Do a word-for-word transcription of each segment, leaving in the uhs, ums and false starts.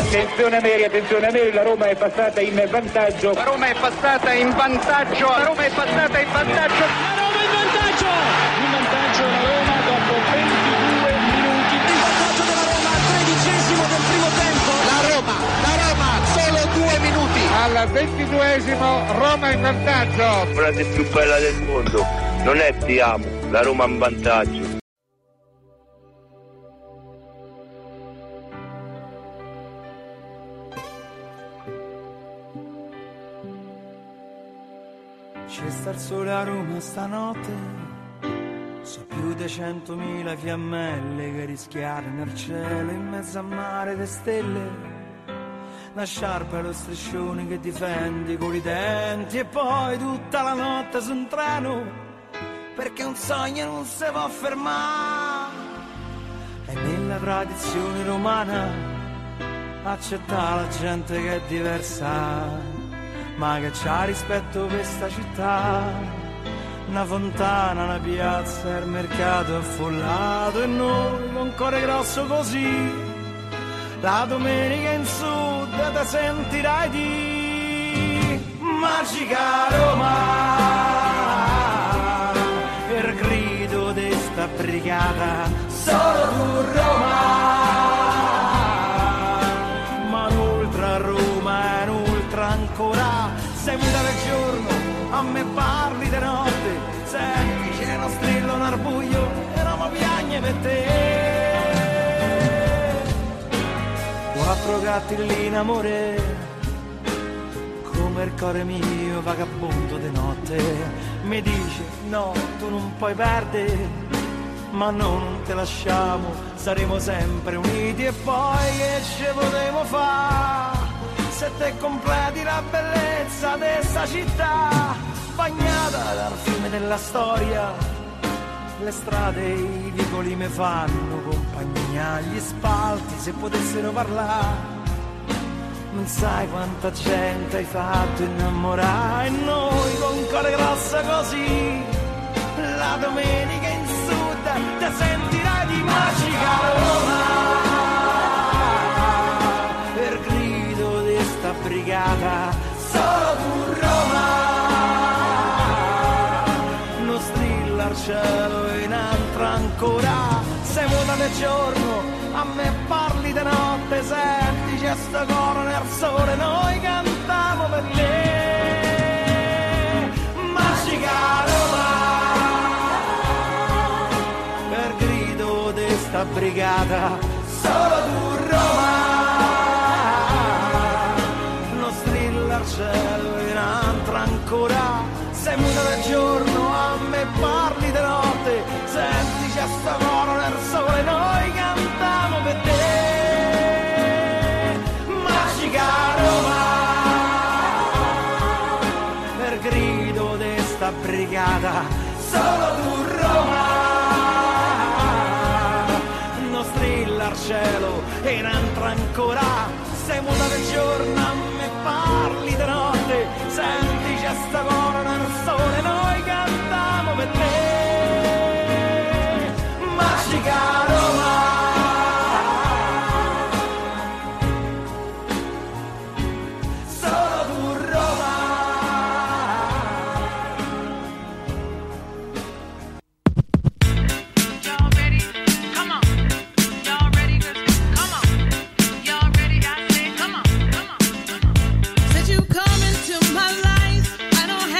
Attenzione a Neri, attenzione a Neri, la Roma è passata in vantaggio. La Roma è passata in vantaggio, la Roma è passata in vantaggio. La Roma in vantaggio! In vantaggio la Roma dopo ventidue minuti. In vantaggio della Roma al tredicesimo del primo tempo. La Roma, la Roma, solo due minuti. Al ventiduesimo Roma in vantaggio. La frase più bella del mondo, non è ti amo, la Roma in vantaggio. C'è sta il sole a Roma stanotte, so più di centomila fiammelle che rischiare nel cielo in mezzo a mare di stelle. Una sciarpa e lo striscione che difendi con i denti e poi tutta la notte su un treno, perché un sogno non si può fermare. E nella tradizione romana accetta la gente che è diversa, ma che c'ha rispetto per sta città. Una fontana, una piazza, il mercato affollato e noi con cuore grosso così. La domenica in sud te sentirai di Magica Roma, per grido di sta brigata, solo tu Roma. Ma un'ultra Roma è un'ultra ancora. Sei muta del giorno, a me parli di notte. Senti c'è uno strillo, un arbuglio e Roma piagne per te. Quattro gatti lì in amore, come il cuore mio vagabondo di notte. Mi dice no, tu non puoi perdere, ma no, non te lasciamo, saremo sempre uniti. E poi che ci potremo fare se te completi la bellezza di sta città, bagnata dal fiume della storia. Le strade e i vicoli mi fanno compagnia, gli spalti se potessero parlare. Non sai quanta gente hai fatto innamorare, e noi con cuore grosso così. La domenica in sud te sentirai di Magica Roma, per grido di sta brigata, solo tu Roma. Non strilla al cielo e un'altra ancora. Sei muta del giorno, a me parli di notte. Senti c'è sto coro nel sole, noi cantiamo per te. Magica Roma, per grido di sta brigata, solo tu Roma. Non strilla al cielo e un'altra ancora. Sei muta del giorno, a me parli di notte. Senti c'è sto coro nel sole, noi cantiamo per te. Magica Roma, per grido di sta brigata, solo tu Roma. Non strilla al cielo e un'altra ancora. Sei muta del giorno, a me parli di notte. Senti c'è sto coro nel sole, noi cantiamo per te. Magica Roma, solo tu Roma. Y'all ready? Come on. Y'all ready? Come on. Y'all ready? I say come on. Come on. Come on. Since you come into my life, I don't have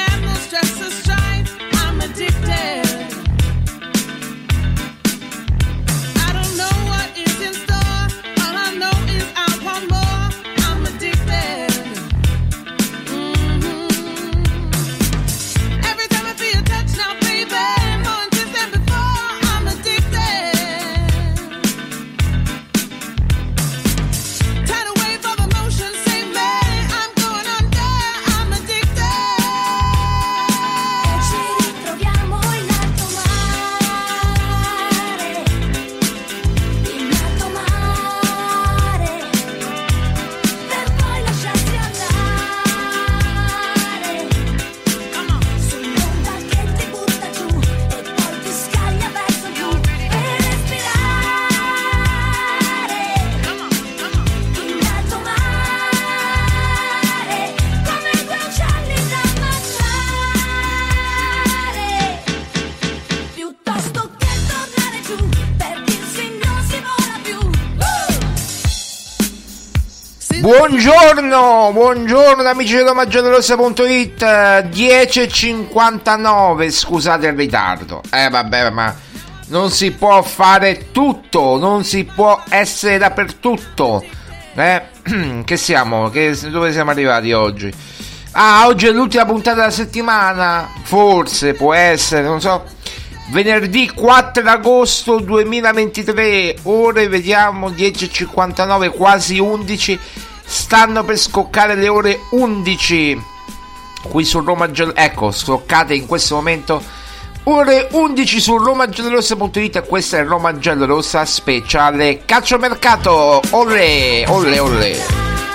Buongiorno, buongiorno amici di Roma Giallorossa punto it, dieci e cinquantanove, scusate il ritardo. Eh vabbè, ma non si può fare tutto, non si può essere dappertutto. Eh, che siamo? Che, dove siamo arrivati oggi? Ah, oggi è l'ultima puntata della settimana, forse, può essere, non so. Venerdì quattro agosto duemilaventitré, ore, vediamo, dieci e cinquantanove, quasi undici. Stanno per scoccare le ore undici qui su Roma Giallorossa. Ecco, scoccate in questo momento ore undici su Roma Giallorossa punto it. Questa è Roma Giallorossa speciale calciomercato. Olè, olè, olè.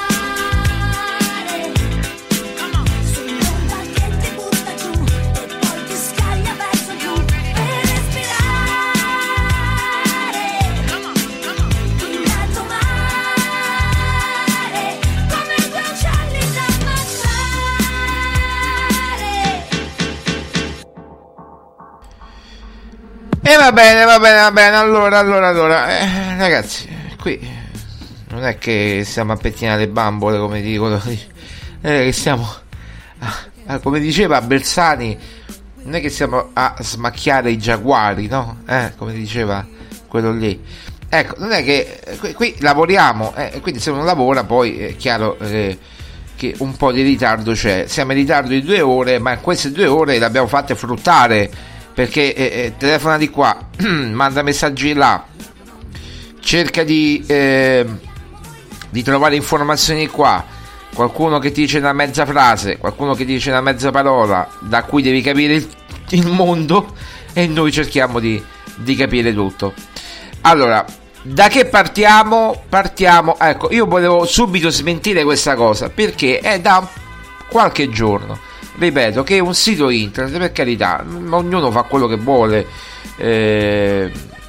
E va bene, va bene, va bene, allora, allora, allora, eh, ragazzi, qui non è che stiamo a pettinare le bambole, come dicono, eh, che stiamo, a, come diceva Bersani, non è che stiamo a smacchiare i giaguari, no? Eh, come diceva quello lì. Ecco, non è che qui, qui lavoriamo, eh, quindi se uno lavora poi è chiaro eh, che un po' di ritardo c'è. Siamo in ritardo di due ore, ma queste due ore le abbiamo fatte fruttare, perché eh, eh, telefona di qua, manda messaggi là, cerca di eh, di trovare informazioni qua, qualcuno che ti dice una mezza frase, qualcuno che ti dice una mezza parola da cui devi capire il, il mondo, e noi cerchiamo di, di capire tutto. Allora, da che partiamo? Partiamo, ecco, io volevo subito smentire questa cosa, perché è da qualche giorno, ripeto, che un sito internet, per carità, ognuno fa quello che vuole, eh,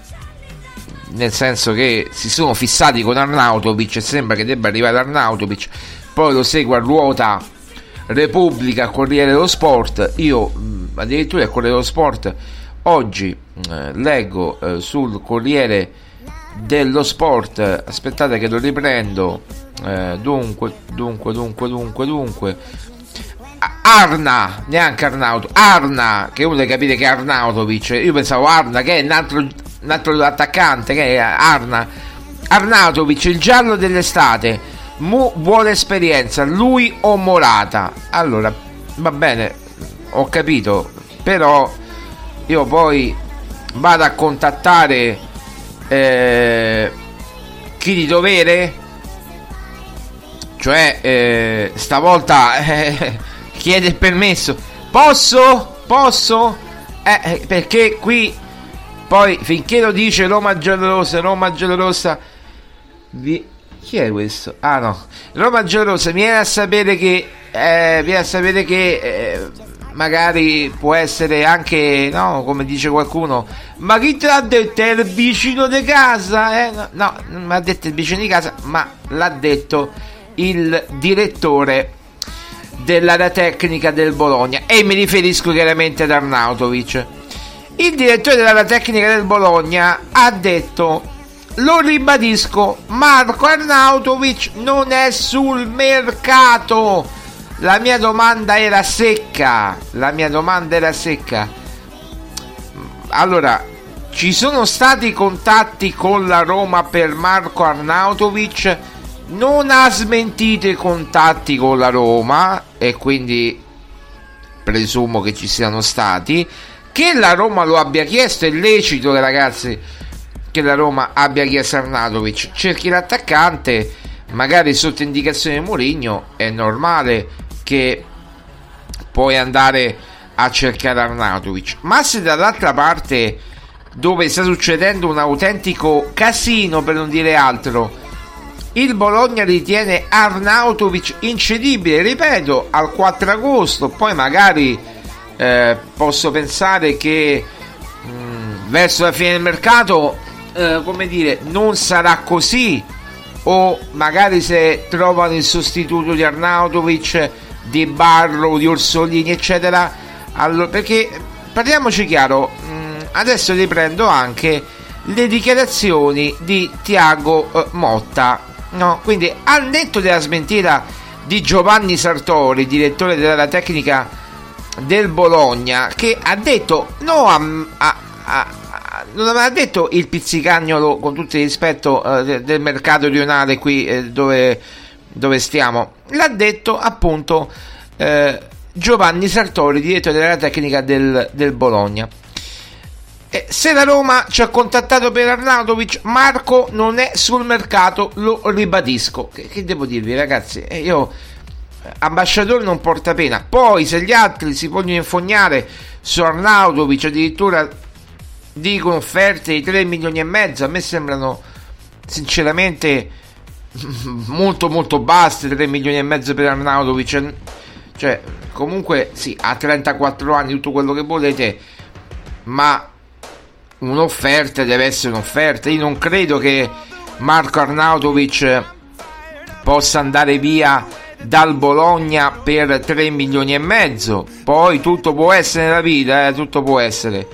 nel senso che si sono fissati con Arnautovic e sembra che debba arrivare Arnautovic, poi lo segue a ruota Repubblica, Corriere dello Sport. Io addirittura il Corriere dello Sport oggi eh, leggo eh, sul Corriere dello Sport, aspettate che lo riprendo, eh, dunque dunque dunque dunque dunque Arna, neanche Arnauto, Arna, che uno deve capire che è Arnautovic. Io pensavo Arna, che è un altro, un altro attaccante, che è Arna. Arnautovic, il giallo dell'estate, Mu vuole esperienza, lui o Morata. Allora, va bene, ho capito, però io poi vado a contattare eh, chi di dovere, cioè eh, stavolta eh, chiede il permesso. Posso? Posso? Eh, perché qui poi finché lo dice Roma Giallorossa, Roma Giallorossa vi... chi è questo? Ah no, Roma Giallorossa viene a sapere che eh, viene a sapere che eh, magari può essere anche, no, come dice qualcuno, ma chi te l'ha detto? È il vicino di casa? Eh? No, no, non mi ha detto il vicino di casa, ma l'ha detto il direttore dell'area tecnica del Bologna, e mi riferisco chiaramente ad Arnautovic. Il direttore dell'area tecnica del Bologna ha detto: lo ribadisco, Marco Arnautovic non è sul mercato. La mia domanda era secca, la mia domanda era secca. Allora, ci sono stati contatti con la Roma per Marco Arnautovic? Non ha smentito i contatti con la Roma, e quindi presumo che ci siano stati. Che la Roma lo abbia chiesto, è lecito, ragazzi, che la Roma abbia chiesto Arnautovic. Cerchi l'attaccante, magari sotto indicazione di Mourinho, è normale che puoi andare a cercare Arnautovic. Ma se dall'altra parte, dove sta succedendo un autentico casino, per non dire altro, il Bologna ritiene Arnautovic incedibile, ripeto, al quattro agosto, poi magari eh, posso pensare che mh, verso la fine del mercato eh, come dire, non sarà così, o magari se trovano il sostituto di Arnautovic, di Barro, di Orsolini, eccetera. Allora, perché parliamoci chiaro, mh, adesso riprendo anche le dichiarazioni di Thiago eh, Motta. no? Quindi al netto della smentita di Giovanni Sartori, direttore della tecnica del Bologna, che ha detto no a, a, a, a non aveva detto il pizzicagnolo, con tutto il rispetto eh, del, del mercato rionale qui eh, dove, dove stiamo, l'ha detto appunto eh, Giovanni Sartori, direttore della tecnica del, del Bologna. Eh, se la Roma ci ha contattato per Arnautovic, Marco non è sul mercato, lo ribadisco. Che, che devo dirvi, ragazzi? Eh, io ambasciatore non porta pena. Poi se gli altri si vogliono infognare su Arnautovic, addirittura dicono offerte di tre milioni e mezzo, a me sembrano sinceramente molto molto basse. Tre milioni e mezzo per Arnautovic, cioè comunque sì, ha trentaquattro anni, tutto quello che volete, ma un'offerta deve essere un'offerta. Io non credo che Marco Arnautovic possa andare via dal Bologna per tre milioni e mezzo. Poi tutto può essere nella vita, eh, tutto può essere.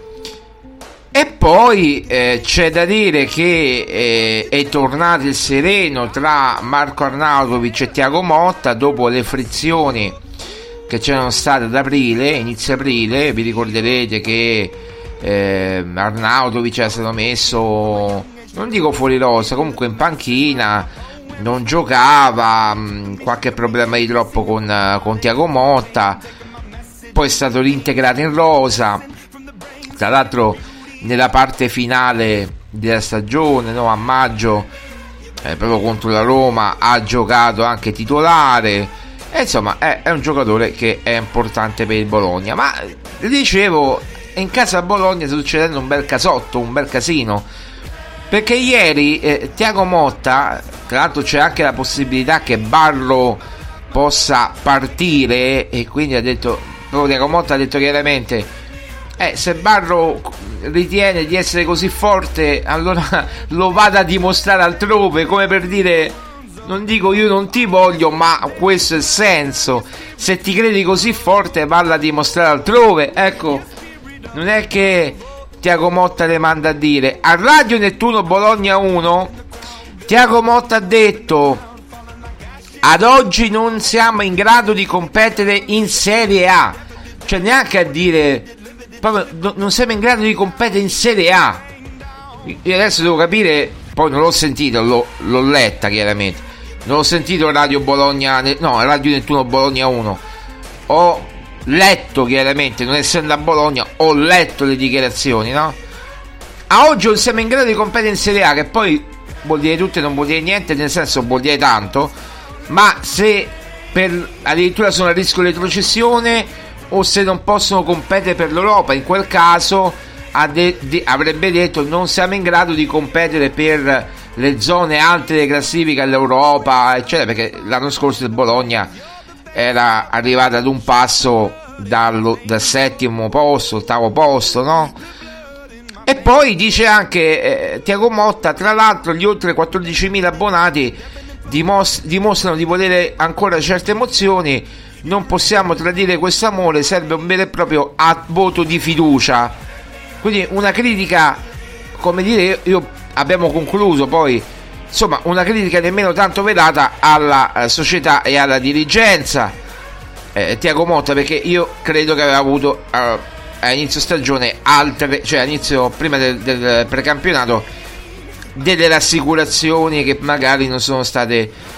E poi eh, c'è da dire che eh, è tornato il sereno tra Marco Arnautovic e Thiago Motta dopo le frizioni che c'erano state ad aprile, inizio aprile. Vi ricorderete che eh, Arnautovic era stato messo, non dico fuori rosa, comunque in panchina, non giocava, mh, qualche problema di troppo con, con Thiago Motta, poi è stato reintegrato in rosa, tra l'altro nella parte finale della stagione, no, a maggio, eh, proprio contro la Roma ha giocato anche titolare, e insomma è, è un giocatore che è importante per il Bologna. Ma dicevo, in casa a Bologna sta succedendo un bel casotto, un bel casino, perché ieri eh, Thiago Motta, tra l'altro c'è anche la possibilità che Barro possa partire, e quindi ha detto, proprio Thiago Motta ha detto chiaramente, eh, se Barro ritiene di essere così forte, allora lo vada a dimostrare altrove, come per dire, non dico io non ti voglio, ma questo è il senso, se ti credi così forte valla a dimostrare altrove. Ecco, non è che Thiago Motta le manda a dire. A Radio Nettuno Bologna uno Thiago Motta ha detto: ad oggi non siamo in grado di competere in Serie A, cioè neanche a dire proprio, non siamo in grado di competere in Serie A. Io adesso devo capire, poi non l'ho sentito, l'ho, l'ho letta chiaramente, non l'ho sentito Radio Bologna, no, Radio Nettuno Bologna uno, ho letto chiaramente, non essendo a Bologna, ho letto le dichiarazioni, no? A oggi non siamo in grado di competere in Serie A, che poi vuol dire tutto e non vuol dire niente, nel senso vuol dire tanto, ma se per addirittura sono a rischio di retrocessione o se non possono competere per l'Europa, in quel caso de- de- avrebbe detto non siamo in grado di competere per le zone alte delle classifiche all'Europa, eccetera, perché l'anno scorso il Bologna era arrivato ad un passo dallo, dal settimo posto, ottavo posto, no? E poi dice anche eh, Thiago Motta, tra l'altro gli oltre quattordicimila abbonati dimos- dimostrano di volere ancora certe emozioni, non possiamo tradire questo amore, serve un vero e proprio voto di fiducia. Quindi una critica, come dire, io abbiamo concluso poi, insomma, una critica nemmeno tanto velata alla eh, società e alla dirigenza, eh, Thiago Motta, perché io credo che aveva avuto eh, a inizio stagione altre, cioè a inizio prima del, del precampionato, delle rassicurazioni che magari non sono state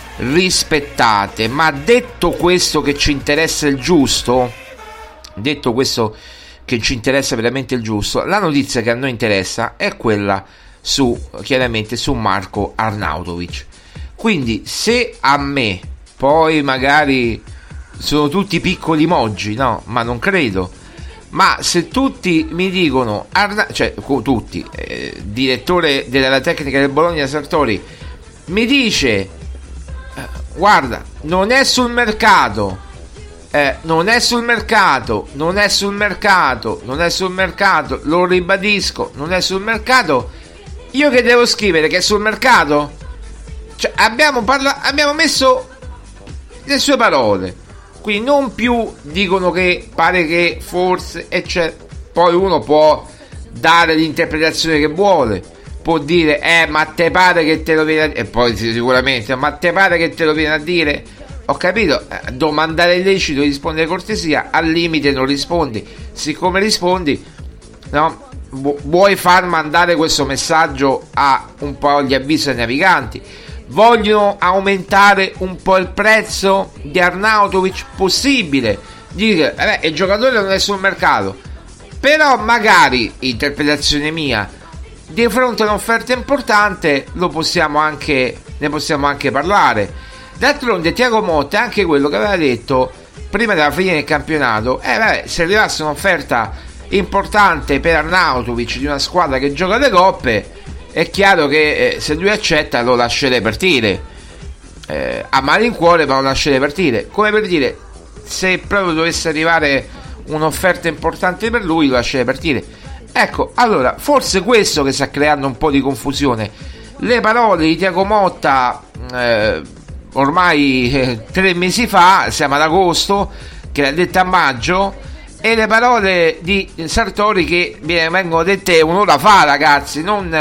rispettate. Ma detto questo, che ci interessa il giusto, detto questo che ci interessa veramente il giusto, la notizia che a noi interessa è quella su, chiaramente, su Marco Arnautovic. Quindi se a me, poi magari sono tutti piccoli moggi, no, ma non credo, ma se tutti mi dicono Arna- cioè tutti, eh, direttore della tecnica del Bologna Sartori mi dice guarda, non è sul mercato, eh, non è sul mercato, non è sul mercato, non è sul mercato, lo ribadisco, non è sul mercato, io che devo scrivere che è sul mercato? Cioè abbiamo, parla- abbiamo messo le sue parole, quindi non più dicono che pare che forse, eccetera. Poi uno può dare l'interpretazione che vuole, può dire eh ma te pare che te lo viene a dire, e poi sicuramente ma te pare che te lo viene a dire. Ho capito, domandare illecito, rispondere cortesia, al limite non rispondi, siccome rispondi, no, vuoi far mandare questo messaggio a un po' gli avvisi ai naviganti. Vogliono aumentare un po' il prezzo di Arnautovic? Possibile, dire eh, il giocatore non è sul mercato, però magari, interpretazione mia, di fronte a un'offerta importante lo possiamo anche, ne possiamo anche parlare. D'altronde Thiago Motta è anche quello che aveva detto prima della fine del campionato, eh vabbè, se arrivasse un'offerta importante per Arnautovic di una squadra che gioca le coppe, è chiaro che eh, se lui accetta lo lascerei partire, eh, a malincuore, ma lo lascerei partire, come per dire, se proprio dovesse arrivare un'offerta importante per lui lo lascerei partire. Ecco, allora forse questo che sta creando un po' di confusione, le parole di Thiago Motta eh, ormai eh, tre mesi fa, siamo ad agosto, che l'ha detta a maggio, e le parole di Sartori che vengono dette un'ora fa, ragazzi, non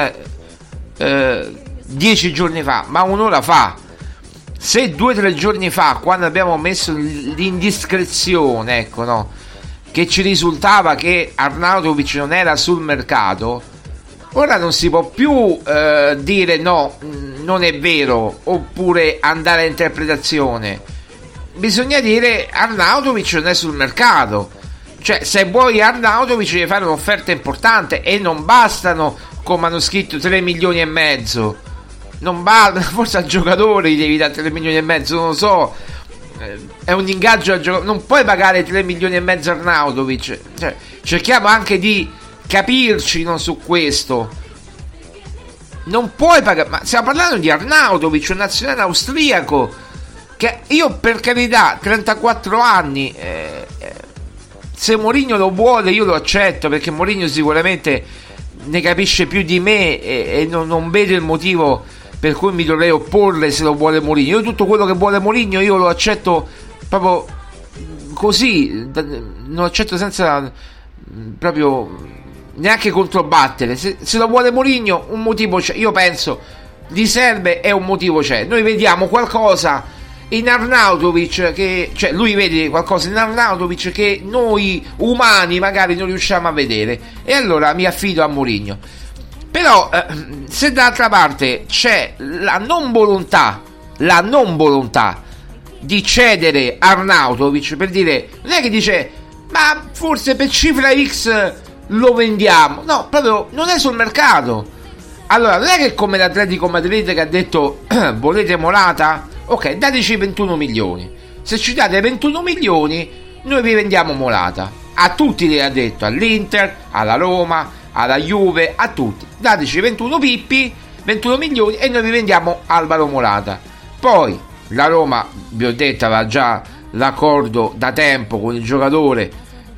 eh, dieci giorni fa, ma un'ora fa. Se due o tre giorni fa, quando abbiamo messo l'indiscrezione, ecco, no, che ci risultava che Arnautovic non era sul mercato, ora non si può più eh, dire no, non è vero, oppure andare a interpretazione. Bisogna dire Arnautovic non è sul mercato. Cioè, se vuoi Arnautovic devi fare un'offerta importante, e non bastano, come hanno scritto, tre milioni e mezzo. Non basta, forse al giocatore gli devi dare tre milioni e mezzo, non lo so. È un ingaggio al giocatore, non puoi pagare tre milioni e mezzo a Arnautovic. Cioè, cerchiamo anche di capirci, no, su questo. Non puoi pagare, ma stiamo parlando di Arnautovic, un nazionale austriaco, che io, per carità, trentaquattro anni, eh, se Mourinho lo vuole io lo accetto, perché Mourinho sicuramente ne capisce più di me, e, e non, non vedo il motivo per cui mi dovrei opporre se lo vuole Mourinho. Io tutto quello che vuole Mourinho io lo accetto proprio così, lo accetto senza proprio neanche controbattere. Se, se lo vuole Mourinho un motivo c'è, io penso di serve e un motivo c'è. Noi vediamo qualcosa in Arnautovic, che, cioè lui vede qualcosa in Arnautovic che noi umani magari non riusciamo a vedere, e allora mi affido a Mourinho. Però eh, se d'altra parte c'è la non volontà la non volontà di cedere Arnautovic, per dire, non è che dice ma forse per cifra X lo vendiamo, no, proprio non è sul mercato. Allora non è che come l'Atletico Madrid che ha detto volete Morata? Ok, dateci ventuno milioni. Se ci date ventuno milioni, noi vi vendiamo Morata. A tutti li ha detto, all'Inter, alla Roma, alla Juve, a tutti. Dateci ventuno pippi, ventuno milioni, e noi vi vendiamo Alvaro Morata. Poi la Roma, vi ho detto, aveva già l'accordo da tempo con il giocatore,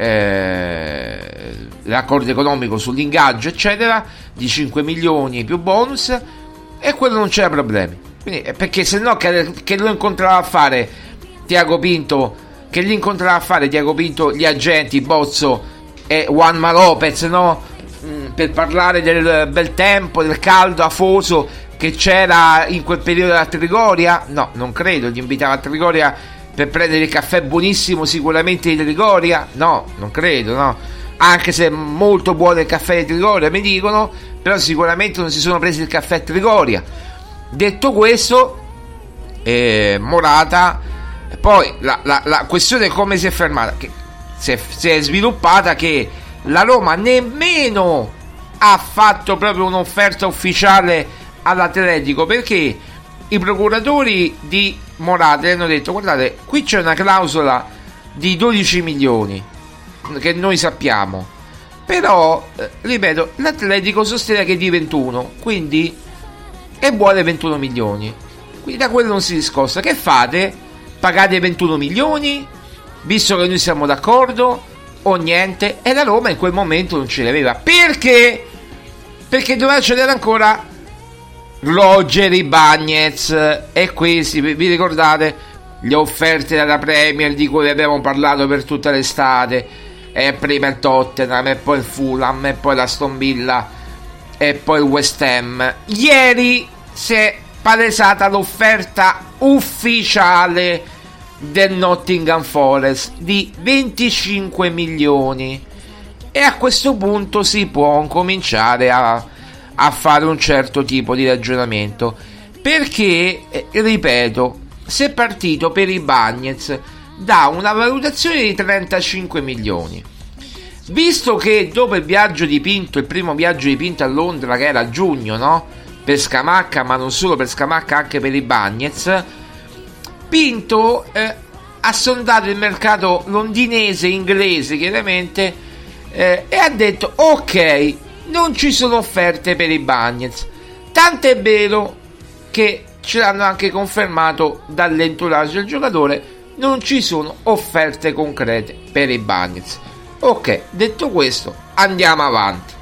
eh, l'accordo economico sull'ingaggio, eccetera, di cinque milioni più bonus, e quello non c'era problemi. Quindi, perché se no che, che lo incontrava a fare Tiago Pinto, che li incontrava a fare Tiago Pinto, gli agenti Bozzo e Juanma Lopez, no? Mm, per parlare del bel tempo, del caldo afoso che c'era in quel periodo a Trigoria? No, non credo. Gli invitava a Trigoria per prendere il caffè buonissimo, sicuramente di Trigoria? No, non credo, no. Anche se è molto buono il caffè di Trigoria, mi dicono, però sicuramente non si sono presi il caffè a Trigoria. Detto questo, eh, Morata, poi la, la, la questione come si è fermata, che si è, si è sviluppata che la Roma nemmeno ha fatto proprio un'offerta ufficiale all'Atletico, perché i procuratori di Morata hanno detto guardate, qui c'è una clausola di dodici milioni che noi sappiamo, però eh, ripeto, l'Atletico sostiene che è di ventuno, quindi e vuole ventuno milioni, quindi da quello non si discosta. Che fate? Pagate ventuno milioni visto che noi siamo d'accordo o niente? E la Roma in quel momento non ce l'aveva, perché perché doveva cedere ancora Roger Ibañez, e questi, vi ricordate le offerte dalla Premier di cui abbiamo parlato per tutta l'estate, e prima il Tottenham e poi il Fulham e poi la Aston Villa, e poi il West Ham. Ieri si è palesata l'offerta ufficiale del Nottingham Forest di venticinque milioni e a questo punto si può cominciare a, a fare un certo tipo di ragionamento, perché eh, ripeto, si è partito per i Bagnets da una valutazione di trentacinque milioni. Visto che dopo il viaggio di Pinto, il primo viaggio di Pinto a Londra, che era a giugno, no? Per Scamacca, ma non solo per Scamacca, anche per i Bagnets, Pinto eh, ha sondato il mercato londinese, inglese chiaramente, eh, e ha detto ok, non ci sono offerte per i Bagnets. Tant'è vero che ce l'hanno anche confermato dall'entourage del giocatore, non ci sono offerte concrete per i Bagnets. Ok, detto questo, andiamo avanti.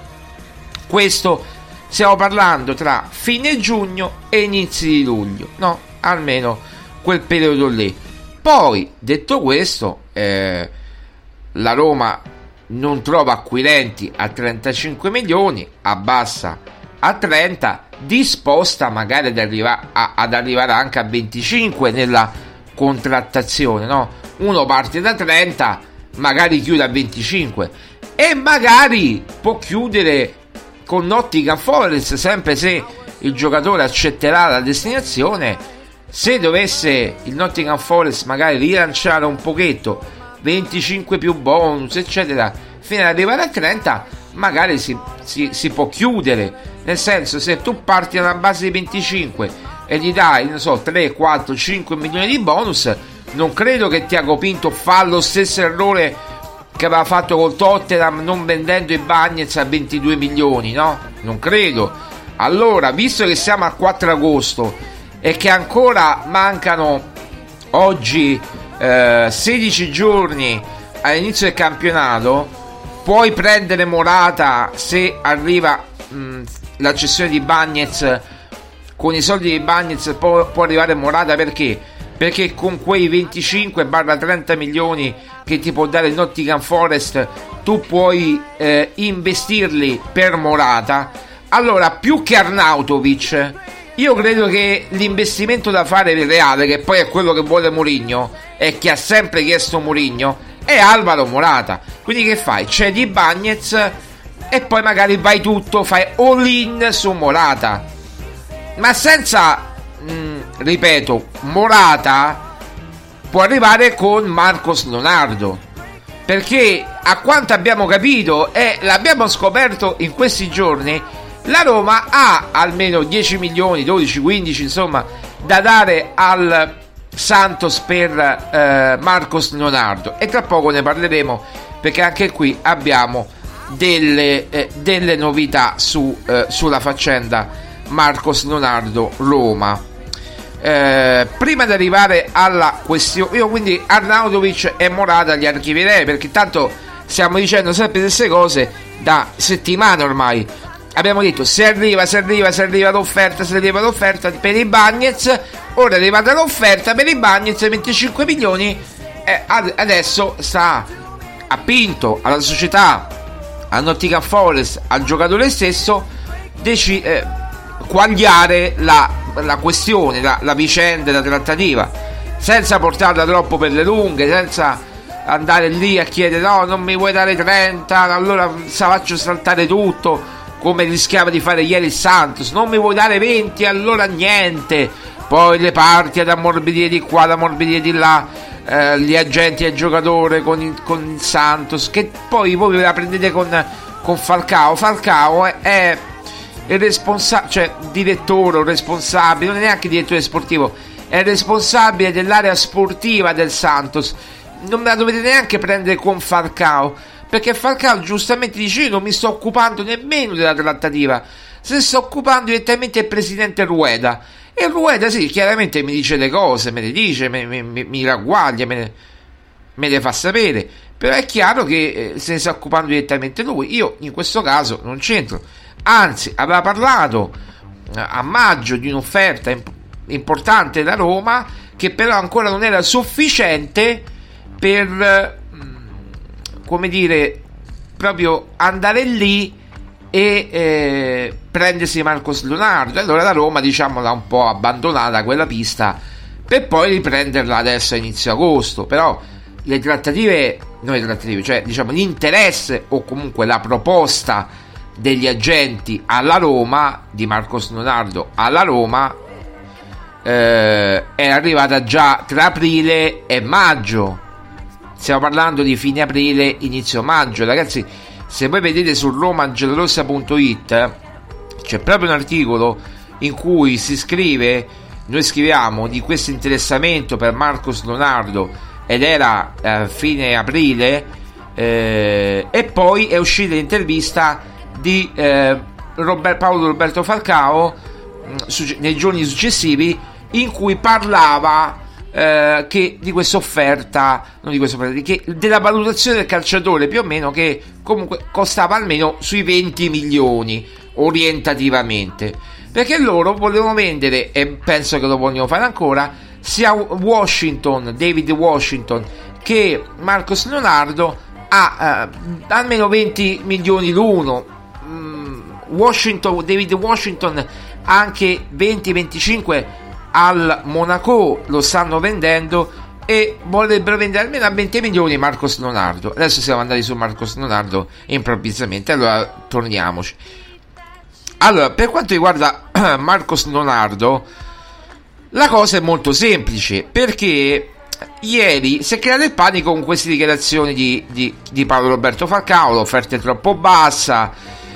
Questo stiamo parlando tra fine giugno e inizi di luglio, no? Almeno quel periodo lì. Poi, detto questo, eh, la Roma non trova acquirenti a trentacinque milioni, abbassa a trenta, disposta magari ad, arriva, a, ad arrivare anche a venticinque nella contrattazione, no? Uno parte da trenta, magari chiude a venticinque e magari può chiudere con Nottingham Forest, sempre se il giocatore accetterà la destinazione. Se dovesse il Nottingham Forest magari rilanciare un pochetto, venticinque più bonus eccetera, fino ad arrivare a trenta, magari si, si, si può chiudere. Nel senso, se tu parti da una base di venticinque e gli dai, non so, tre, quattro, cinque milioni di bonus, non credo che Tiago Pinto fa lo stesso errore che aveva fatto col Tottenham non vendendo i Bagnets a ventidue milioni, no? Non credo. Allora, visto che siamo al quattro agosto e che ancora mancano oggi eh, sedici giorni all'inizio del campionato, puoi prendere Morata se arriva mh, la cessione di Bagnets. Con i soldi di Bagnets può, può arrivare Morata, perché? Perché con quei venticinque trenta milioni che ti può dare il Nottingham Forest tu puoi eh, investirli per Morata. Allora, più che Arnautovic, io credo che l'investimento da fare per Reale, che poi è quello che vuole Mourinho e che ha sempre chiesto Mourinho, è Alvaro Morata. Quindi che fai? Cedi Bagnets e poi magari vai tutto, fai all in su Morata, ma senza mh, ripeto, Morata può arrivare con Marcos Leonardo, perché a quanto abbiamo capito e l'abbiamo scoperto in questi giorni, la Roma ha almeno dieci milioni, dodici, quindici insomma da dare al Santos per eh, Marcos Leonardo, e tra poco ne parleremo, perché anche qui abbiamo delle, eh, delle novità su, eh, sulla faccenda Marcos Leonardo Roma. Eh, prima di arrivare alla questione, io quindi Arnautovic e Morata li archivierei, perché tanto stiamo dicendo sempre le stesse cose da settimane ormai. Abbiamo detto se arriva, se arriva, se arriva l'offerta, se arriva l'offerta per i Bagnets. Ora è arrivata l'offerta per i Bagnets, venticinque milioni, eh, adesso sta a Pinto, alla società, a Nottingham Forest, al giocatore stesso deci- eh, quagliare la, la questione, la, la vicenda, la trattativa, senza portarla troppo per le lunghe, senza andare lì a chiedere no, non mi vuoi dare trenta, allora faccio saltare tutto, come rischiava di fare ieri il Santos. Non mi vuoi dare venti, allora niente. Poi le parti ad ammorbidire di qua, ad ammorbidire di là, eh, gli agenti e il giocatore con il, con il Santos, che poi voi ve la prendete con, con Falcao. Falcao è, è il responsabile, cioè direttore o responsabile, non è neanche direttore sportivo, è il responsabile dell'area sportiva del Santos. Non me la dovete neanche prendere con Falcao, perché Falcao giustamente dice io non mi sto occupando nemmeno della trattativa, se sto occupando direttamente il presidente Rueda, e Rueda sì, chiaramente mi dice le cose, me le dice, mi, mi, mi ragguaglia, me le, me le fa sapere, però è chiaro che eh, se ne sta occupando direttamente lui. Io in questo caso non c'entro, anzi aveva parlato eh, a maggio di un'offerta imp- importante da Roma, che però ancora non era sufficiente per come dire, proprio andare lì e eh, prendersi Marcos Leonardo. E allora la Roma, diciamo, l'ha un po' abbandonata quella pista per poi riprenderla adesso a inizio agosto. Però le trattative, non le trattative, cioè diciamo l'interesse o comunque la proposta degli agenti alla Roma, di Marcos Leonardo alla Roma, eh, è arrivata già tra aprile e maggio. Stiamo parlando di fine aprile, inizio maggio. Ragazzi, se voi vedete su roma giallorossa punto it c'è proprio un articolo in cui si scrive, noi scriviamo di questo interessamento per Marcos Leonardo ed era eh, fine aprile, eh, e poi è uscita l'intervista di eh, Robert, Paolo Roberto Falcao mh, su, nei giorni successivi, in cui parlava eh, che di questa offerta, non di questa offerta, che della valutazione del calciatore, più o meno, che comunque costava almeno sui venti milioni orientativamente, perché loro volevano vendere, e penso che lo vogliono fare ancora, sia Washington, David Washington, che Marcos Leonardo a eh, almeno venti milioni l'uno. mm, Washington, David Washington anche venti venticinque al Monaco lo stanno vendendo, e vorrebbero vendere almeno a venti milioni Marcos Leonardo. Adesso siamo andati su Marcos Leonardo improvvisamente, allora torniamoci. Allora, per quanto riguarda Marcos Leonardo, la cosa è molto semplice, perché ieri si è creato il panico con queste dichiarazioni di, di, di Paolo Roberto Falcao: l'offerta è troppo bassa,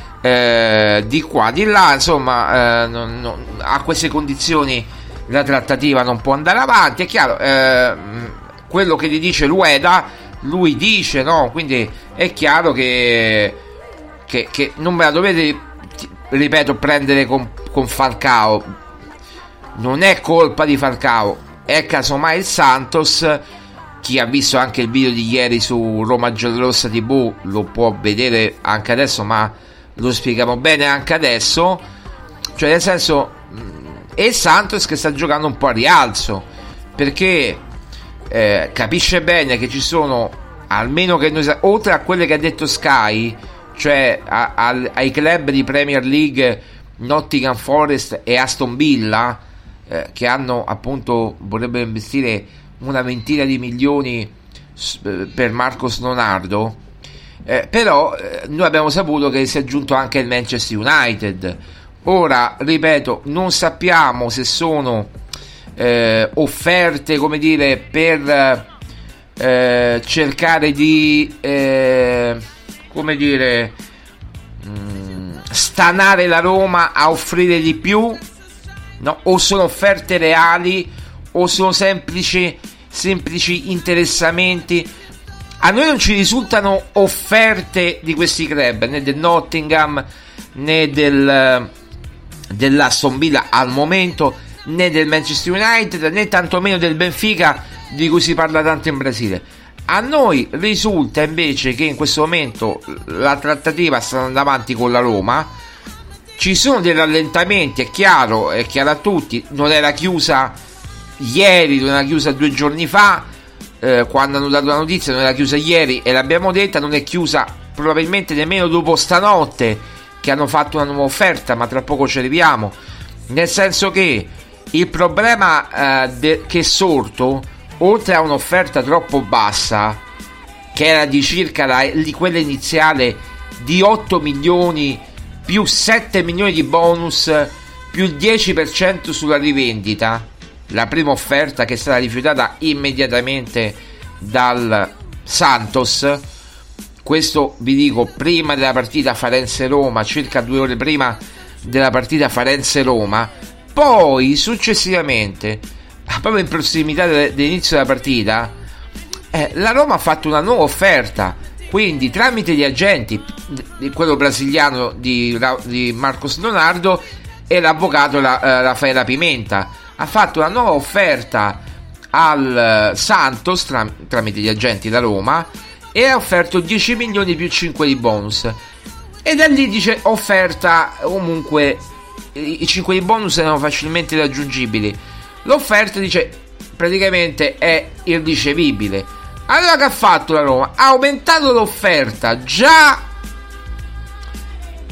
eh, di qua, di là, insomma, eh, non, non, a queste condizioni la trattativa non può andare avanti. È chiaro, eh, quello che gli dice l'U E D A, lui dice, no? Quindi è chiaro che, che, che non me la dovete, ripeto, prendere con, con Falcao. Non è colpa di Falcao, è casomai il Santos. Chi ha visto anche il video di ieri su Roma Giallorossa tivù lo può vedere anche adesso, ma lo spieghiamo bene anche adesso. Cioè, nel senso, è il Santos che sta giocando un po' a rialzo, perché eh, capisce bene che ci sono, almeno che noi, oltre a quelle che ha detto Sky, cioè a, a, ai club di Premier League Nottingham Forest e Aston Villa, eh, che hanno appunto, vorrebbero investire una ventina di milioni per Marcos Leonardo, eh, però eh, noi abbiamo saputo che si è aggiunto anche il Manchester United. Ora, ripeto, non sappiamo se sono eh, offerte, come dire, per eh, cercare di eh, come dire mh, stanare la Roma a offrire di più, no? O sono offerte reali, o sono semplici semplici interessamenti. A noi non ci risultano offerte di questi club, né del Nottingham, né del dell'Aston Villa al momento, né del Manchester United, né tantomeno del Benfica, di cui si parla tanto in Brasile. A noi risulta invece che in questo momento la trattativa sta andando avanti con la Roma. Ci sono dei rallentamenti, è chiaro, è chiaro a tutti. Non era chiusa ieri, non era chiusa due giorni fa, eh, quando hanno dato la notizia, non era chiusa ieri e l'abbiamo detta. Non è chiusa probabilmente nemmeno dopo stanotte, che hanno fatto una nuova offerta, ma tra poco ci arriviamo. Nel senso che il problema eh, de- che è sorto, oltre a un'offerta troppo bassa, che era di circa la, di quella iniziale di otto milioni più sette milioni di bonus più il dieci per cento sulla rivendita, la prima offerta che è stata rifiutata immediatamente dal Santos. Questo vi dico prima della partita Farense-Roma, circa due ore prima della partita Farense-Roma. Poi successivamente, proprio in prossimità dell'inizio della partita, eh, la Roma ha fatto una nuova offerta, quindi tramite gli agenti, quello brasiliano di, di Marcos Leonardo e l'avvocato la, eh, Raffaella Pimenta, ha fatto una nuova offerta al Santos tram, tramite gli agenti da Roma, e ha offerto dieci milioni più cinque di bonus. E da lì dice offerta, comunque i cinque di bonus erano facilmente raggiungibili. L'offerta dice praticamente è irricevibile. Allora che ha fatto la Roma? Ha aumentato l'offerta già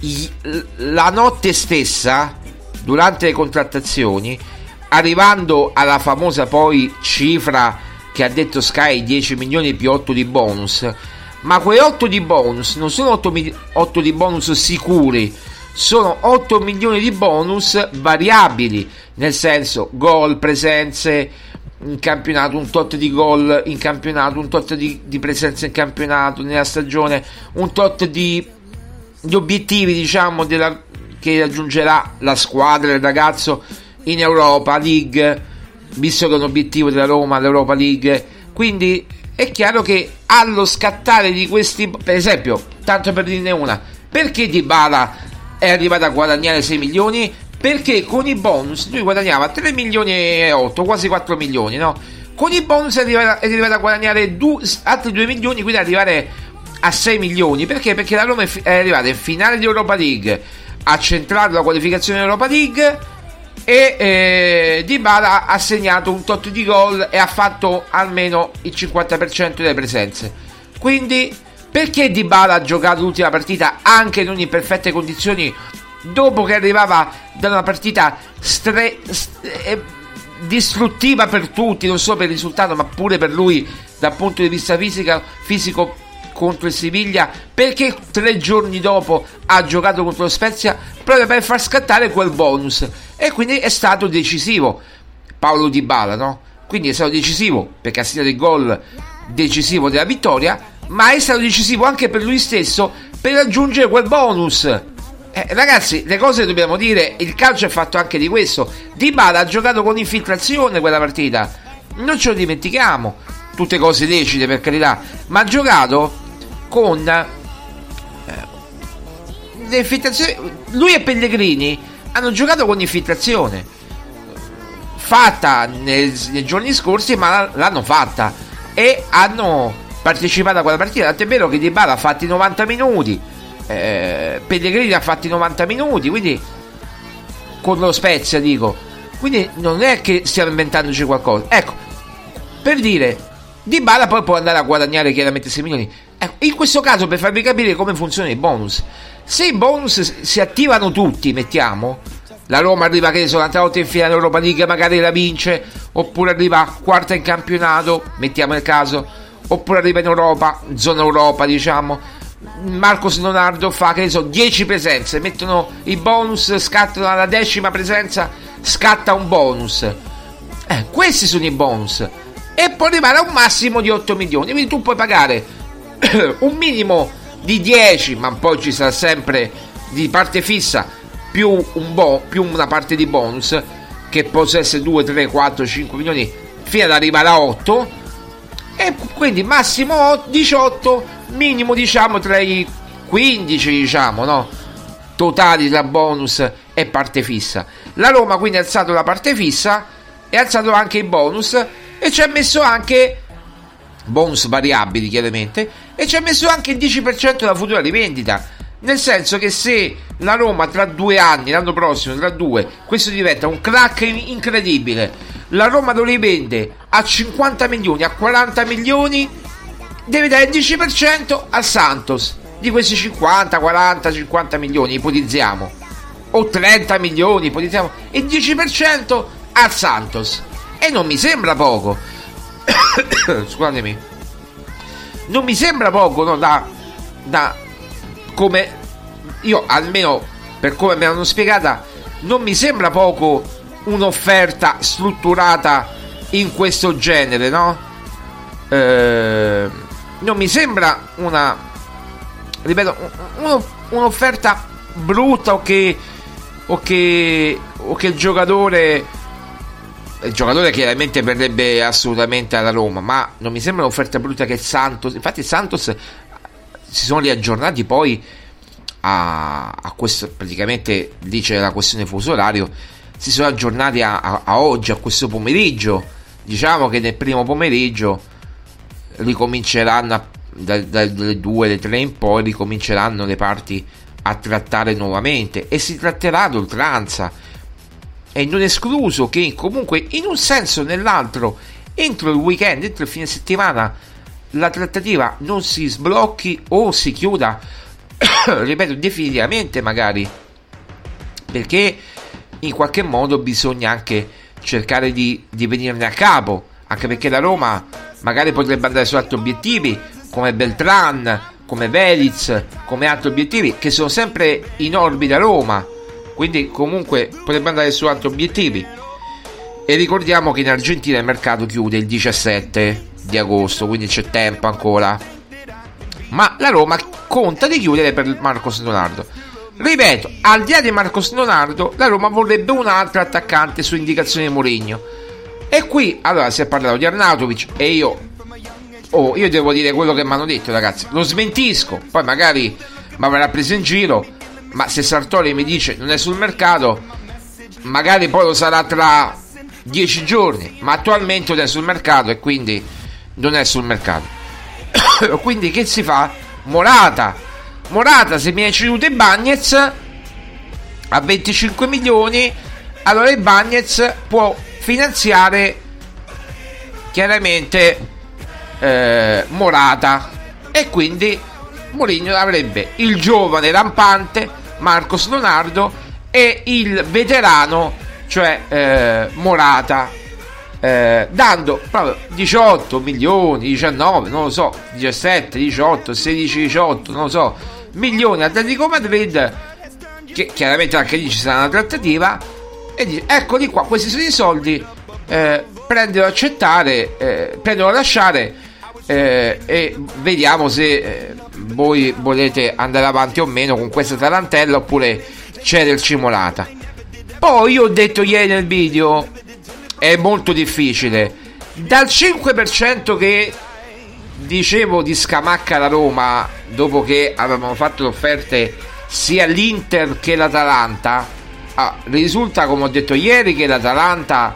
la notte stessa, durante le contrattazioni, arrivando alla famosa poi cifra che ha detto Sky, dieci milioni più otto di bonus, ma quei otto di bonus non sono otto, otto di bonus sicuri, sono otto milioni di bonus variabili, nel senso gol, presenze in campionato, un tot di gol in campionato, un tot di, di presenze in campionato nella stagione, un tot di, di obiettivi, diciamo, della, che raggiungerà la squadra, il ragazzo in Europa League, visto che è un obiettivo della Roma, l'Europa League. Quindi è chiaro che allo scattare di questi, per esempio, tanto per dirne una, perché Dybala è arrivato a guadagnare sei milioni? Perché con i bonus lui guadagnava tre milioni e otto, quasi quattro milioni, no? Con i bonus è arrivato, è arrivato a guadagnare due, altri due milioni, quindi arrivare a sei milioni. Perché? Perché la Roma è arrivata in finale di Europa League, ha centrato la qualificazione in Europa League e eh, Dybala ha segnato un tot di gol e ha fatto almeno il cinquanta per cento delle presenze. Quindi perché Dybala ha giocato l'ultima partita anche non in perfette condizioni, dopo che arrivava da una partita stre- st- eh, distruttiva per tutti, non solo per il risultato ma pure per lui dal punto di vista fisica, fisico contro il Siviglia? Perché tre giorni dopo ha giocato contro lo Spezia proprio per far scattare quel bonus, e quindi è stato decisivo Paulo Dybala, no? Quindi è stato decisivo perché ha segnato il gol decisivo della vittoria, ma è stato decisivo anche per lui stesso per raggiungere quel bonus. Eh, ragazzi, le cose le dobbiamo dire, il calcio è fatto anche di questo. Dybala ha giocato con infiltrazione quella partita, non ce lo dimentichiamo, tutte cose lecite per carità, ma ha giocato con eh, le infiltrazioni. Lui e Pellegrini hanno giocato con infiltrazione fatta nei, nei giorni scorsi, ma l'hanno fatta e hanno partecipato a quella partita. Tant'è vero che Dybala ha fatti novanta minuti, eh, Pellegrini ha fatti novanta minuti, quindi con lo Spezia dico, quindi non è che stiamo inventandoci qualcosa. Ecco, per dire, Dybala poi può andare a guadagnare chiaramente sei milioni. Ecco, in questo caso, per farvi capire come funziona i bonus, se i bonus si attivano tutti, mettiamo, la Roma arriva che sono un'altra volta in finale Europa League, magari la vince, oppure arriva quarta in campionato, mettiamo il caso, oppure arriva in Europa, zona Europa, diciamo, Marcos Leonardo fa, che ne so, dieci presenze, mettono i bonus, scattano alla decima presenza, scatta un bonus. Eh, questi sono i bonus, e può arrivare a un massimo di otto milioni, quindi tu puoi pagare un minimo di dieci, ma poi ci sarà sempre di parte fissa più un bo- più una parte di bonus, che possa essere due, tre, quattro, cinque milioni fino ad arrivare a otto, e quindi massimo diciotto, minimo diciamo tra i quindici, diciamo, no, totali tra bonus e parte fissa. La Roma quindi ha alzato la parte fissa e ha alzato anche i bonus, e ci ha messo anche bonus variabili chiaramente, e ci ha messo anche il dieci per cento della futura rivendita, nel senso che se la Roma tra due anni, l'anno prossimo, tra due, questo diventa un crack incredibile, la Roma lo rivende a cinquanta milioni, a quaranta milioni, deve dare il dieci per cento al Santos di questi cinquanta, quaranta, cinquanta milioni, ipotizziamo, o trenta milioni, ipotizziamo, il dieci per cento al Santos, e non mi sembra poco. Scusatemi, non mi sembra poco, no? Da, da come io, almeno per come me l'hanno spiegata, non mi sembra poco un'offerta strutturata in questo genere, no? Eh, non mi sembra una, ripeto, uno, un'offerta brutta, o che o che o che il giocatore il giocatore chiaramente verrebbe assolutamente alla Roma, ma non mi sembra un'offerta brutta che il Santos, infatti il Santos si sono riaggiornati poi a, a questo, praticamente lì c'è la questione fuso orario, si sono aggiornati a, a, a oggi, a questo pomeriggio, diciamo che nel primo pomeriggio ricominceranno a, da, dalle due, alle tre in poi ricominceranno le parti a trattare nuovamente, e si tratterà ad oltranza. E non escluso che comunque in un senso o nell'altro entro il weekend, entro il fine settimana, la trattativa non si sblocchi o si chiuda ripeto, definitivamente magari, perché in qualche modo bisogna anche cercare di, di venirne a capo, anche perché la Roma magari potrebbe andare su altri obiettivi come Beltran, come Veliz, come altri obiettivi che sono sempre in orbita Roma, quindi comunque potrebbe andare su altri obiettivi. E ricordiamo che in Argentina il mercato chiude il diciassette di agosto, quindi c'è tempo ancora, ma la Roma conta di chiudere per Marcos Leonardo. Ripeto, al di là di Marcos Leonardo, la Roma vorrebbe un altro attaccante su indicazione di Mourinho. E qui, allora, si è parlato di Arnautovic e io, oh, io devo dire quello che mi hanno detto, ragazzi. Lo smentisco, poi magari mi avrà preso in giro, ma se Sartori mi dice non è sul mercato, magari poi lo sarà tra dieci giorni, ma attualmente non è sul mercato e quindi non è sul mercato. Quindi che si fa? Morata. Morata, se viene ceduto Ibañez a venticinque milioni, allora Ibañez può finanziare chiaramente eh, Morata, e quindi Mourinho avrebbe il giovane rampante Marcos Leonardo e il veterano, cioè eh, Morata, eh, dando proprio diciotto milioni, diciannove, non lo so, diciassette, diciotto, sedici, diciotto, non lo so, milioni Atletico Madrid, che chiaramente anche lì ci sarà una trattativa, e dice eccoli qua, questi sono i soldi, eh, prendilo, accettare, eh, prendilo o lasciare, eh, e vediamo se eh, voi volete andare avanti o meno con questa tarantella oppure c'è del Cimolata. Poi io ho detto ieri nel video, è molto difficile, dal cinque per cento che dicevo di Scamacca alla Roma dopo che avevamo fatto le offerte sia l'Inter che l'Atalanta, ah, risulta, come ho detto ieri, che l'Atalanta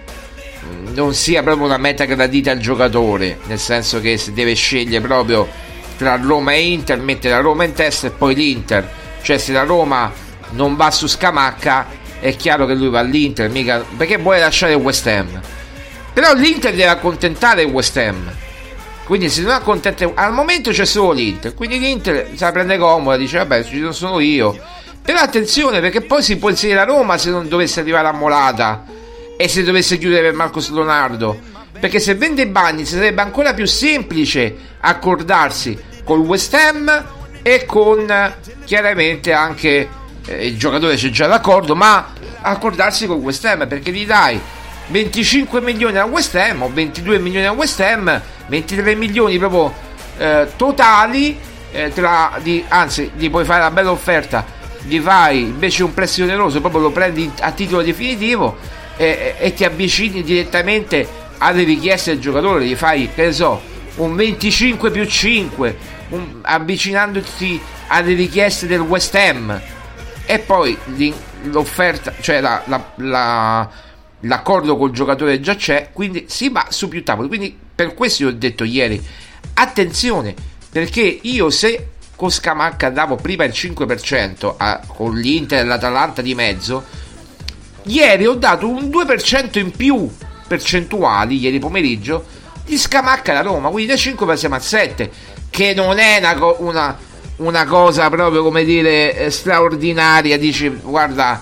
non sia proprio una meta gradita al giocatore, nel senso che si deve scegliere proprio tra Roma e Inter, mette la Roma in testa e poi l'Inter, cioè se la Roma non va su Scamacca è chiaro che lui va all'Inter, mica perché vuole lasciare il West Ham, però l'Inter deve accontentare il West Ham, quindi se non accontenta, al momento c'è solo l'Inter, quindi l'Inter se la prende comoda, dice vabbè ci sono io, però attenzione perché poi si può inserire la Roma se non dovesse arrivare a Molata e se dovesse chiudere per Marcos Leonardo, perché se vende Bagni sarebbe ancora più semplice accordarsi col West Ham e con chiaramente anche eh, il giocatore c'è già d'accordo, ma accordarsi con West Ham, perché gli dai venticinque milioni a West Ham o ventidue milioni a West Ham, ventitré milioni proprio eh, totali, eh, tra di, anzi gli puoi fare una bella offerta, gli fai invece un prestito oneroso, proprio lo prendi a titolo definitivo e, e ti avvicini direttamente alle richieste del giocatore, gli fai, che ne so, un venticinque più cinque, un, avvicinandoti alle richieste del West Ham, e poi l'offerta, cioè la, la, la, l'accordo col giocatore già c'è, quindi si va su più tavoli. Quindi per questo io ho detto ieri attenzione, perché io se con Scamacca davo prima il cinque per cento a, con l'Inter e l'Atalanta di mezzo, ieri ho dato un due per cento in più percentuali ieri pomeriggio di Scamacca alla Roma, quindi da cinque passiamo a sette, che non è una, una, una cosa proprio, come dire, straordinaria, dici guarda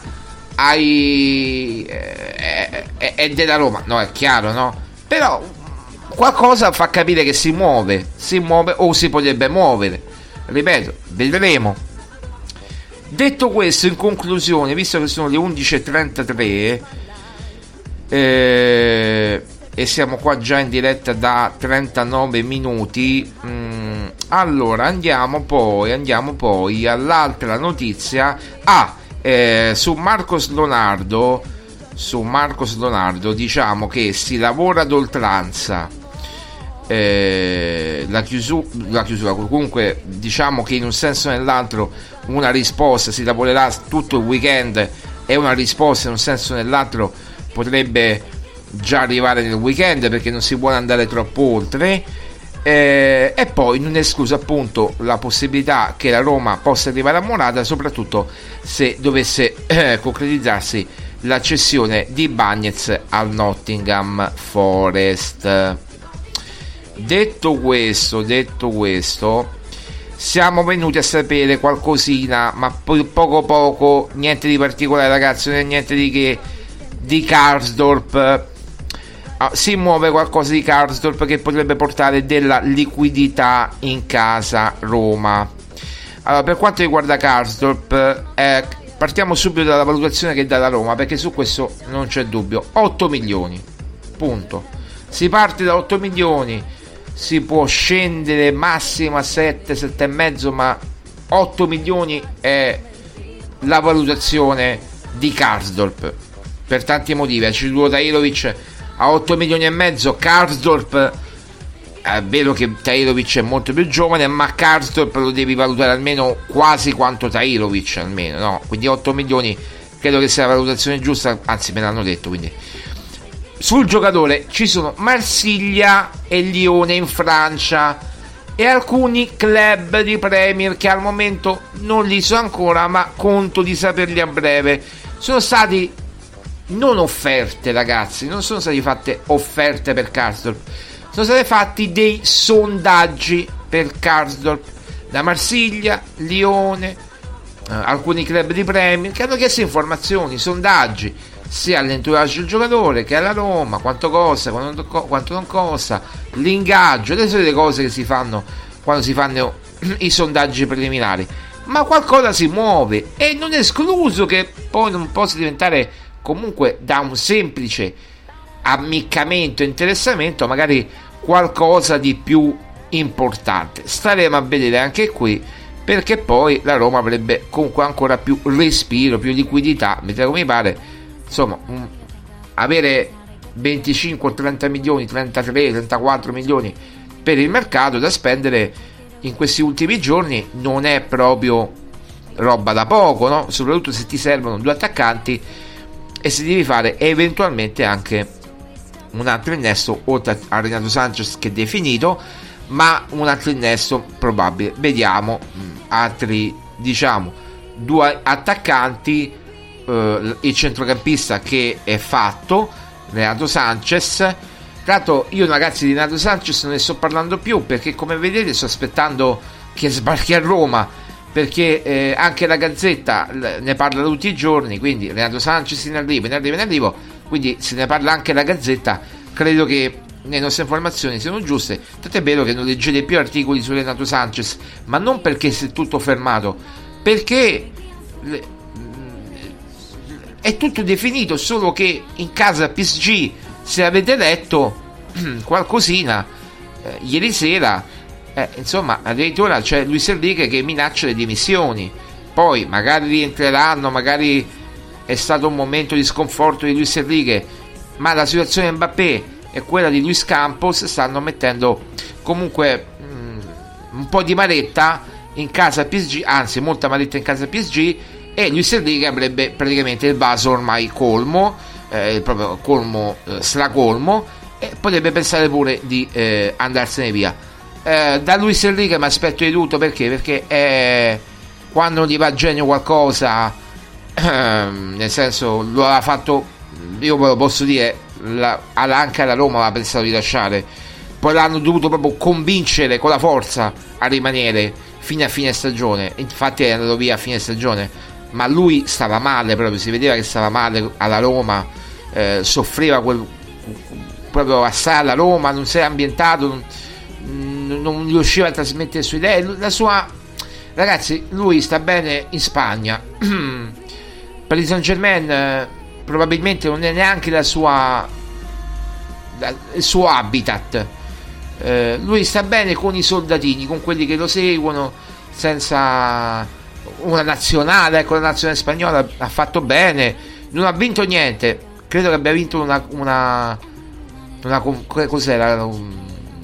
hai è, è, è della Roma, no, è chiaro, no, però qualcosa fa capire che si muove si muove o si potrebbe muovere, ripeto, vedremo. Detto questo, in conclusione, visto che sono le undici e trentatré eh, e siamo qua già in diretta da trentanove minuti, mh, allora andiamo poi andiamo poi all'altra notizia. Ah, eh, su Marcos Leonardo su Marcos Leonardo diciamo che si lavora ad oltranza, eh, la, chiusura, la chiusura comunque diciamo che in un senso o nell'altro una risposta, si lavorerà tutto il weekend e una risposta in un senso o nell'altro potrebbe già arrivare nel weekend, perché non si vuole andare troppo oltre, eh, e poi non è esclusa appunto la possibilità che la Roma possa arrivare a Morata, soprattutto se dovesse eh, concretizzarsi la cessione di Ibañez al Nottingham Forest. Detto questo, detto questo, siamo venuti a sapere qualcosina, ma poi poco poco, niente di particolare ragazzi, non è niente di che di Karsdorp. Ah, si muove qualcosa di Karsdorp che potrebbe portare della liquidità in casa Roma. Allora, per quanto riguarda Karsdorp, eh, partiamo subito dalla valutazione che dà la Roma, perché su questo non c'è dubbio. Otto milioni, punto. Si parte da otto milioni, si può scendere massimo a sette, sette e mezzo, ma otto milioni è la valutazione di Karsdorp per tanti motivi. Accidulo Tahirovic a otto milioni e mezzo, Karsdorp è vero che Tahirovic è molto più giovane, ma Karsdorp lo devi valutare almeno quasi quanto Tahirovic, almeno, no? Quindi otto milioni credo che sia la valutazione giusta, anzi me l'hanno detto. Quindi sul giocatore ci sono Marsiglia e Lione in Francia e alcuni club di Premier che al momento non li so ancora, ma conto di saperli a breve. Sono stati non offerte, ragazzi, non sono state fatte offerte per Karsdorp, sono stati fatti dei sondaggi per Karsdorp da Marsiglia, Lione, eh, alcuni club di Premier che hanno chiesto informazioni, sondaggi sia all'entourage del giocatore che alla Roma, quanto costa, quanto, quanto non costa, l'ingaggio, le solite cose che si fanno quando si fanno i sondaggi preliminari. Ma qualcosa si muove e non è escluso che poi non possa diventare comunque da un semplice ammiccamento e interessamento magari qualcosa di più importante. Staremo a vedere anche qui, perché poi la Roma avrebbe comunque ancora più respiro, più liquidità, mentre come mi pare, insomma, um, avere venticinque o trenta milioni, trentatré, trentaquattro milioni per il mercato da spendere in questi ultimi giorni non è proprio roba da poco, no? Soprattutto se ti servono due attaccanti e se devi fare eventualmente anche un altro innesto oltre a Renato Sanchez che è definito, ma un altro innesto probabile. Vediamo altri, diciamo, due attaccanti, eh, il centrocampista che è fatto, Renato Sanchez. Tra l'altro io ragazzi di Renato Sanchez non ne sto parlando più, perché come vedete sto aspettando che sbarchi a Roma, perché eh, anche la Gazzetta ne parla tutti i giorni, quindi Renato Sanchez in arrivo, in arrivo, in arrivo, quindi se ne parla anche la Gazzetta. Credo che le nostre informazioni siano giuste, tanto è vero che non leggete più articoli su Renato Sanchez, ma non perché si è tutto fermato, perché è tutto definito, solo che in casa P S G, se avete letto qualcosina eh, ieri sera, eh, insomma addirittura c'è Luis Enrique che minaccia le dimissioni. Poi magari rientreranno, magari è stato un momento di sconforto di Luis Enrique, ma la situazione Mbappé e quella di Luis Campos stanno mettendo comunque mh, un po' di maretta in casa P S G, anzi molta maretta in casa P S G, e Luis Enrique avrebbe praticamente il vaso ormai colmo, eh, il proprio colmo eh, stracolmo, e potrebbe pensare pure di eh, andarsene via. Eh, da Luis Enrique mi aspetto di tutto, perché perché eh, quando gli va a genio qualcosa, eh, nel senso lo ha fatto, io ve lo posso dire, la, anche la Roma aveva pensato di lasciare, poi l'hanno dovuto proprio convincere con la forza a rimanere fino a fine stagione, infatti è andato via a fine stagione, ma lui stava male, proprio si vedeva che stava male alla Roma, eh, soffriva quel, proprio assai alla Roma, non si era ambientato, non, non riusciva a trasmettere le sue idee, la sua, ragazzi, lui sta bene in Spagna. Per il Saint Germain eh, probabilmente non è neanche la sua la, il suo habitat, eh, lui sta bene con i soldatini, con quelli che lo seguono, senza una nazionale, ecco, la nazionale spagnola ha fatto bene, non ha vinto niente, credo che abbia vinto una una, una cos'era, un,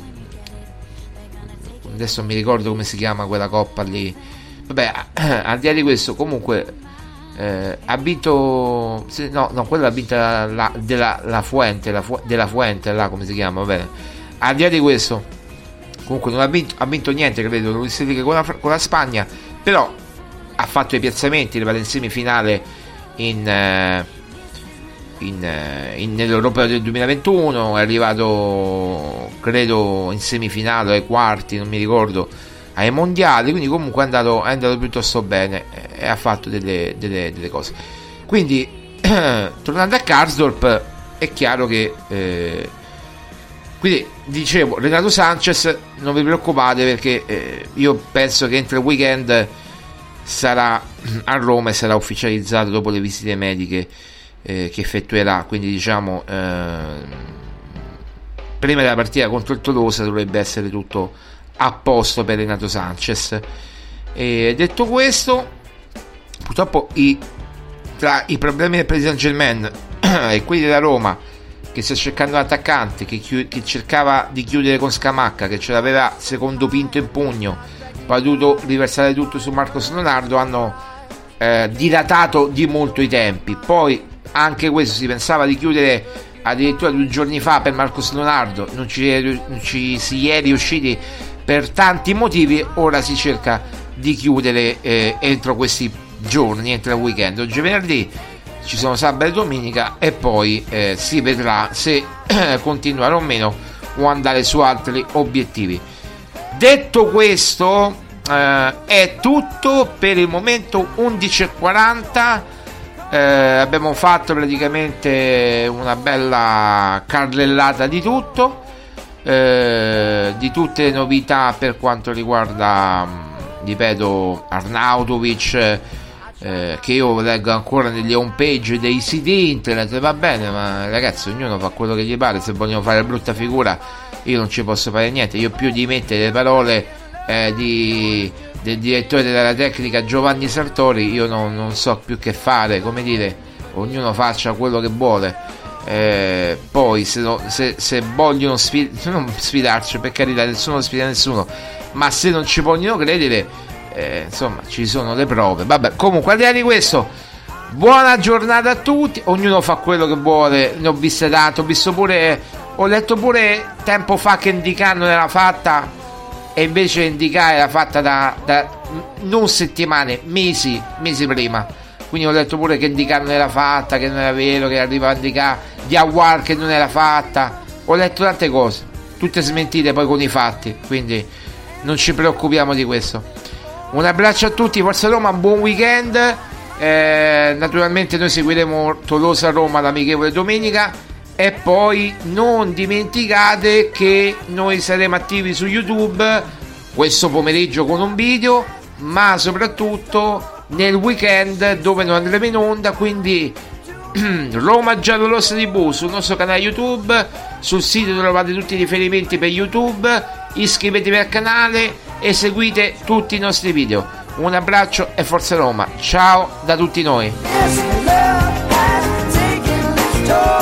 adesso non mi ricordo come si chiama quella coppa lì, vabbè, al di là di questo comunque eh, ha vinto, no no quella ha vinto la, la, della la Fuente la Fu, della Fuente là, come si chiama, va bene, al di là di questo comunque non ha vinto, ha vinto niente, credo, con la, con la Spagna, però ha fatto i piazzamenti, è arrivato in semifinale in, in, in, nell'Europeo del duemilaventuno, è arrivato credo in semifinale ai quarti, non mi ricordo, ai mondiali, quindi comunque è andato, è andato piuttosto bene e ha fatto delle, delle, delle cose. Quindi tornando a Karsdorp, è chiaro che eh, quindi dicevo, Renato Sanchez non vi preoccupate, perché eh, io penso che entro il weekend sarà a Roma e sarà ufficializzato dopo le visite mediche eh, che effettuerà, quindi diciamo eh, prima della partita contro il Tolosa dovrebbe essere tutto a posto per Renato Sanchez. E detto questo, purtroppo i, tra i problemi del Paris Saint-Germain e quelli della Roma, che sta cercando un attaccante, che, chi- che cercava di chiudere con Scamacca, che ce l'aveva secondo Pinto in pugno, poi ha dovuto riversare tutto su Marcos Leonardo, hanno eh, dilatato di molto i tempi. Poi anche questo si pensava di chiudere addirittura due giorni fa per Marcos Leonardo, non ci, non ci si è riusciti per tanti motivi. Ora si cerca di chiudere eh, entro questi giorni, entro il weekend. Oggi è venerdì, ci sono sabato e domenica, e poi eh, si vedrà se eh, continuare o meno o andare su altri obiettivi. Detto questo, eh, è tutto per il momento. Undici e quaranta. Eh, abbiamo fatto praticamente una bella carrellata di tutto, eh, di tutte le novità per quanto riguarda, ripeto, Arnautovic, eh, che io leggo ancora negli home page dei siti internet. Va bene, ma ragazzi, ognuno fa quello che gli pare. Se vogliono fare brutta figura, io non ci posso fare niente. Io più di mettere le parole eh, di del direttore della tecnica Giovanni Sartori, io non, non so più che fare. Come dire, ognuno faccia quello che vuole. Eh, poi se, no, se, se vogliono sfid- non sfidarci, per carità, nessuno sfida nessuno, ma se non ci vogliono credere, eh, insomma, ci sono le prove. Vabbè, comunque, al di là di questo, buona giornata a tutti. Ognuno fa quello che vuole. Ne ho viste tanto, ho visto pure, ho letto pure tempo fa che Indicano era fatta, e invece indicare era fatta da, da non settimane, mesi, mesi prima. Quindi ho detto pure che indicare non era fatta, che non era vero, che arrivava a indicare di Awar che non era fatta. Ho letto tante cose, tutte smentite poi con i fatti, quindi non ci preoccupiamo di questo. Un abbraccio a tutti, Forza Roma, buon weekend. Eh, naturalmente noi seguiremo Tolosa-Roma l'amichevole domenica. E poi non dimenticate che noi saremo attivi su YouTube questo pomeriggio con un video, ma soprattutto nel weekend dove non andremo in onda. Quindi Roma Giallorossa tivù sul nostro canale YouTube, sul sito trovate tutti i riferimenti per YouTube. Iscrivetevi al canale e seguite tutti i nostri video. Un abbraccio e Forza Roma, ciao da tutti noi.